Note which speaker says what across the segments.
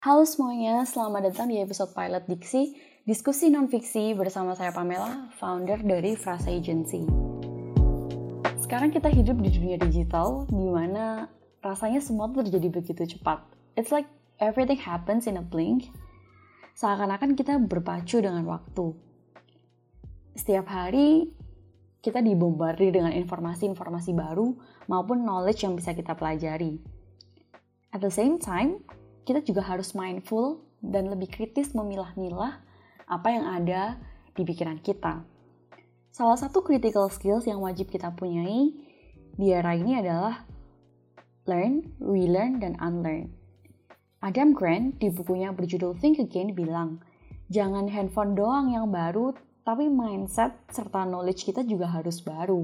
Speaker 1: Halo semuanya, selamat datang di episode pilot Diksi, diskusi non-fiksi bersama saya Pamela, founder dari Frasa Agency. Sekarang kita hidup di dunia digital, di mana rasanya semua terjadi begitu cepat. It's like everything happens in a blink. Seakan-akan kita berpacu dengan waktu. Setiap hari, kita dibombardir dengan informasi-informasi baru maupun knowledge yang bisa kita pelajari. At the same time, kita juga harus mindful dan lebih kritis memilah-milah apa yang ada di pikiran kita. Salah satu critical skills yang wajib kita punyai di era ini adalah learn, relearn, dan unlearn. Adam Grant di bukunya berjudul Think Again bilang, jangan handphone doang yang baru, tapi mindset serta knowledge kita juga harus baru.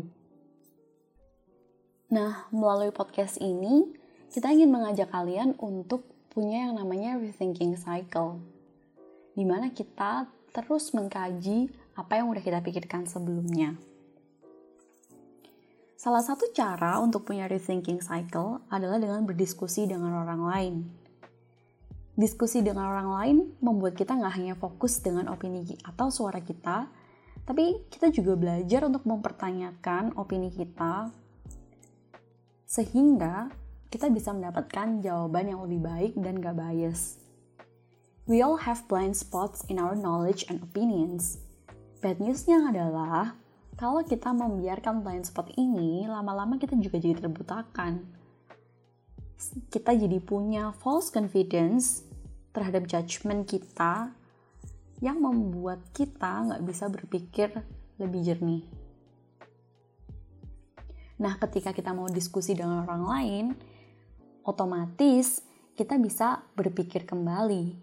Speaker 1: Nah, melalui podcast ini, kita ingin mengajak kalian untuk punya yang namanya rethinking cycle, di mana kita terus mengkaji apa yang udah kita pikirkan sebelumnya. Salah satu cara untuk punya rethinking cycle adalah dengan berdiskusi dengan orang lain. Diskusi dengan orang lain membuat kita nggak hanya fokus dengan opini atau suara kita, tapi kita juga belajar untuk mempertanyakan opini kita, sehingga kita bisa mendapatkan jawaban yang lebih baik dan gak bias. We all have blind spots in our knowledge and opinions. Bad news-nya adalah, kalau kita membiarkan blind spot ini, lama-lama kita juga jadi terbutakan. Kita jadi punya false confidence terhadap judgment kita yang membuat kita gak bisa berpikir lebih jernih. Nah, ketika kita mau diskusi dengan orang lain, otomatis kita bisa berpikir kembali.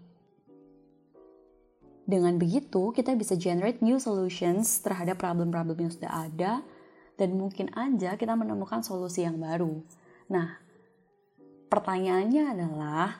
Speaker 1: Dengan begitu, kita bisa generate new solutions terhadap problem-problem yang sudah ada, dan mungkin aja kita menemukan solusi yang baru. Nah, pertanyaannya adalah,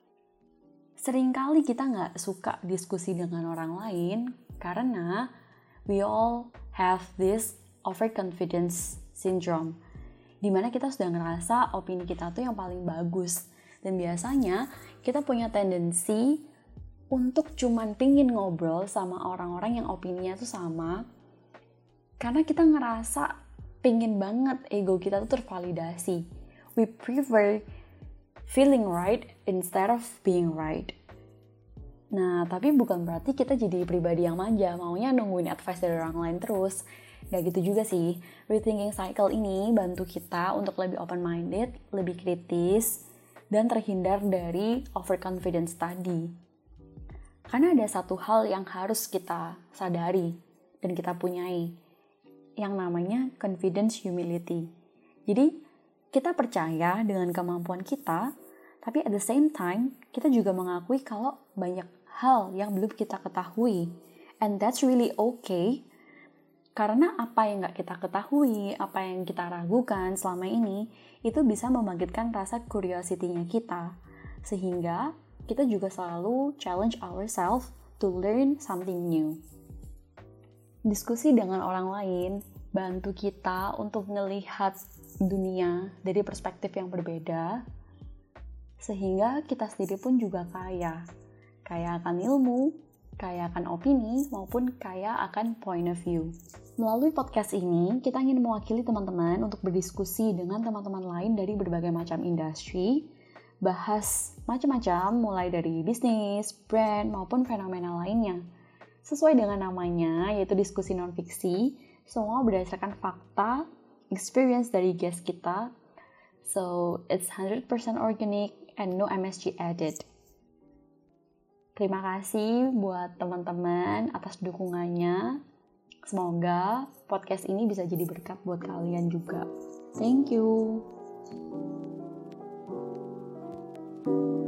Speaker 1: seringkali kita nggak suka diskusi dengan orang lain karena we all have this overconfidence syndrome, di mana kita sudah ngerasa opini kita tuh yang paling bagus. Dan biasanya kita punya tendensi untuk cuman pingin ngobrol sama orang-orang yang opininya tuh sama, karena kita ngerasa pingin banget ego kita tuh tervalidasi. We prefer feeling right instead of being right. Nah, tapi bukan berarti kita jadi pribadi yang manja, maunya nungguin advice dari orang lain terus. Gak gitu juga sih. Rethinking cycle ini bantu kita untuk lebih open-minded, lebih kritis, dan terhindar dari overconfidence tadi. Karena ada satu hal yang harus kita sadari dan kita punyai, yang namanya confidence humility. Jadi, kita percaya dengan kemampuan kita, tapi at the same time, kita juga mengakui kalau banyak hal yang belum kita ketahui. And that's really okay. Karena apa yang gak kita ketahui, apa yang kita ragukan selama ini, itu bisa membangkitkan rasa curiosity-nya kita. Sehingga kita juga selalu challenge ourselves to learn something new. Diskusi dengan orang lain bantu kita untuk melihat dunia dari perspektif yang berbeda, sehingga kita sendiri pun juga kaya akan ilmu, kaya akan opini, maupun kaya akan point of view. Melalui podcast ini, kita ingin mewakili teman-teman untuk berdiskusi dengan teman-teman lain dari berbagai macam industri, bahas macam-macam mulai dari bisnis, brand, maupun fenomena lainnya. Sesuai dengan namanya, yaitu diskusi non-fiksi, semua berdasarkan fakta, experience dari guest kita, so it's 100% organic and no MSG added. Terima kasih buat teman-teman atas dukungannya. Semoga podcast ini bisa jadi berkat buat kalian juga. Thank you.